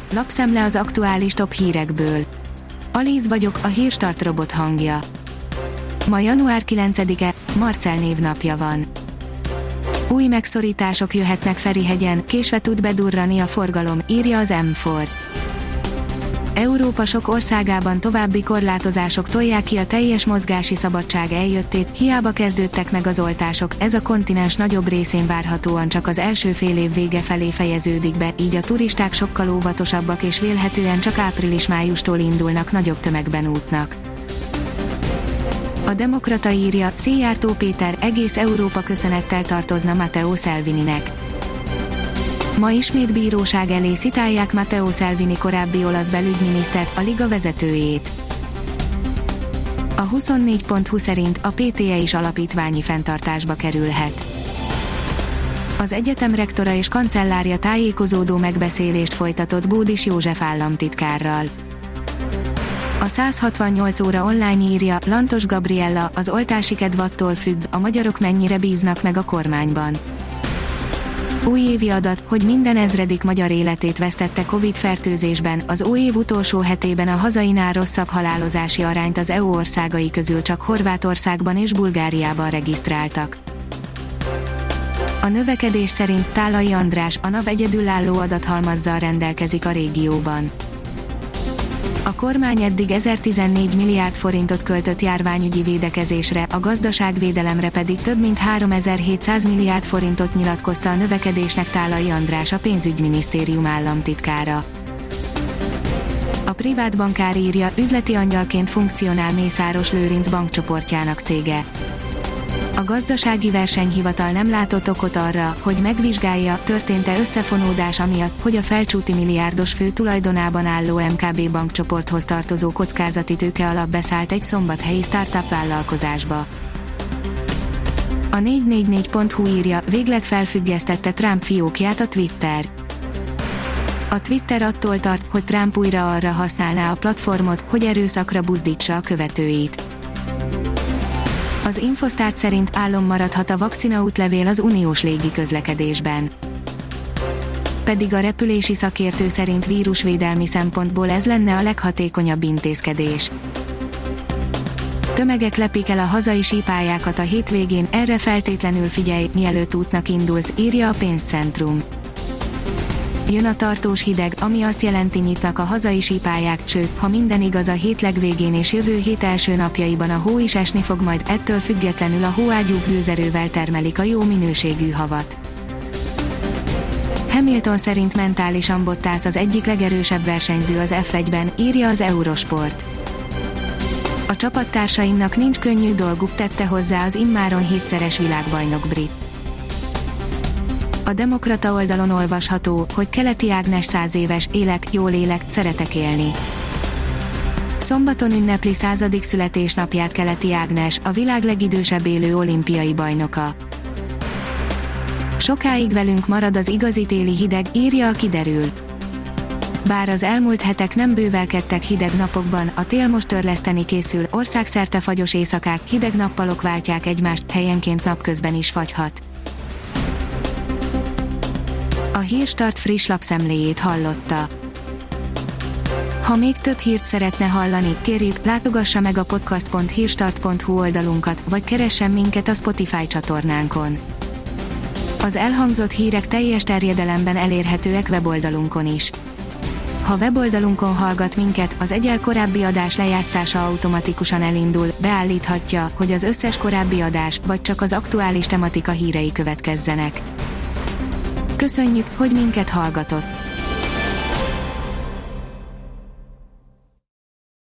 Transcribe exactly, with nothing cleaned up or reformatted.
lapszemle az aktuális top hírekből. Alíz vagyok, a Hírstart robot hangja. Ma január kilencedike, Marcell névnapja van. Új megszorítások jöhetnek Ferihegyen, késve tud bedurrani a forgalom, írja az M négy. Európa sok országában további korlátozások tolják ki a teljes mozgási szabadság eljöttét, hiába kezdődtek meg az oltások, ez a kontinens nagyobb részén várhatóan csak az első fél év vége felé fejeződik be, így a turisták sokkal óvatosabbak és vélhetően csak április-májustól indulnak nagyobb tömegben útnak. A Demokrata írja, Szijjártó Péter, egész Európa köszönettel tartozna Matteo Salvininek. Ma ismét bíróság elé szitálják Matteo Salvini korábbi olasz belügyminisztert, a liga vezetőjét. A huszonnégy pont hu szerint a pé té e is alapítványi fenntartásba kerülhet. Az egyetem rektora és kancellárja tájékozódó megbeszélést folytatott Bódis József államtitkárral. A száz hatvannyolc óra online írja, Lantos Gabriella, az oltási kedv attól függ, a magyarok mennyire bíznak meg a kormányban. Újévi adat, hogy minden ezredik magyar életét vesztette Covid-fertőzésben, az új év utolsó hetében a hazainál rosszabb halálozási arányt az é u országai közül csak Horvátországban és Bulgáriában regisztráltak. A növekedés szerint Tálai András, a NAV egyedülálló adathalmazzal rendelkezik a régióban. A kormány eddig ezertizennégy milliárd forintot költött járványügyi védekezésre, a gazdaságvédelemre pedig több mint háromezer-hétszáz milliárd forintot nyilatkozta a növekedésnek Tálai András, a pénzügyminisztérium államtitkára. A privát bankár írja, üzleti angyalként funkcionál Mészáros Lőrinc bankcsoportjának cége. A gazdasági versenyhivatal nem látott okot arra, hogy megvizsgálja, történt-e összefonódás amiatt, hogy a Felcsúti milliárdos fő tulajdonában álló em ká bé bankcsoporthoz tartozó kockázati tőke alap beszállt egy szombathelyi startup vállalkozásba. A négy négy négy pont hu írja, végleg felfüggesztette Trump fiókját a Twitter. A Twitter attól tart, hogy Trump újra arra használná a platformot, hogy erőszakra buzdítsa a követőit. Az Infosztát szerint álom maradhat a vakcina útlevél az uniós légiközlekedésben. Pedig a repülési szakértő szerint vírusvédelmi szempontból ez lenne a leghatékonyabb intézkedés. Tömegek lepik el a hazai sípályákat a hétvégén, erre feltétlenül figyelj, mielőtt útnak indulsz, írja a Pénzcentrum. Jön a tartós hideg, ami azt jelenti, nyitnak a hazai sípályák, sőt, ha minden igaz, a hét legvégén és jövő hét első napjaiban a hó is esni fog, majd ettől függetlenül a hóágyúk gőzerővel termelik a jó minőségű havat. Hamilton szerint mentálisan Bottas az egyik legerősebb versenyző az ef egyben, írja az Eurosport. A csapattársaimnak nincs könnyű dolguk, tette hozzá az immáron hétszeres világbajnok brit. A Demokrata oldalon olvasható, hogy Keleti Ágnes száz éves, élek, jól élek, szeretek élni. Szombaton ünnepli századik születésnapját Keleti Ágnes, a világ legidősebb élő olimpiai bajnoka. Sokáig velünk marad az igazi téli hideg, írja a Kiderül. Bár az elmúlt hetek nem bővelkedtek hideg napokban, a tél most törleszteni készül, országszerte fagyos éjszakák, hideg nappalok váltják egymást, helyenként napközben is fagyhat. A Hírstart friss lapszemléjét hallotta. Ha még több hírt szeretne hallani, kérjük, látogassa meg a podcast pont hírstart pont hu oldalunkat, vagy keressen minket a Spotify csatornánkon. Az elhangzott hírek teljes terjedelemben elérhetőek weboldalunkon is. Ha weboldalunkon hallgat minket, az egyel korábbi adás lejátszása automatikusan elindul, beállíthatja, hogy az összes korábbi adás, vagy csak az aktuális tematika hírei következzenek. Köszönjük, hogy minket hallgatott!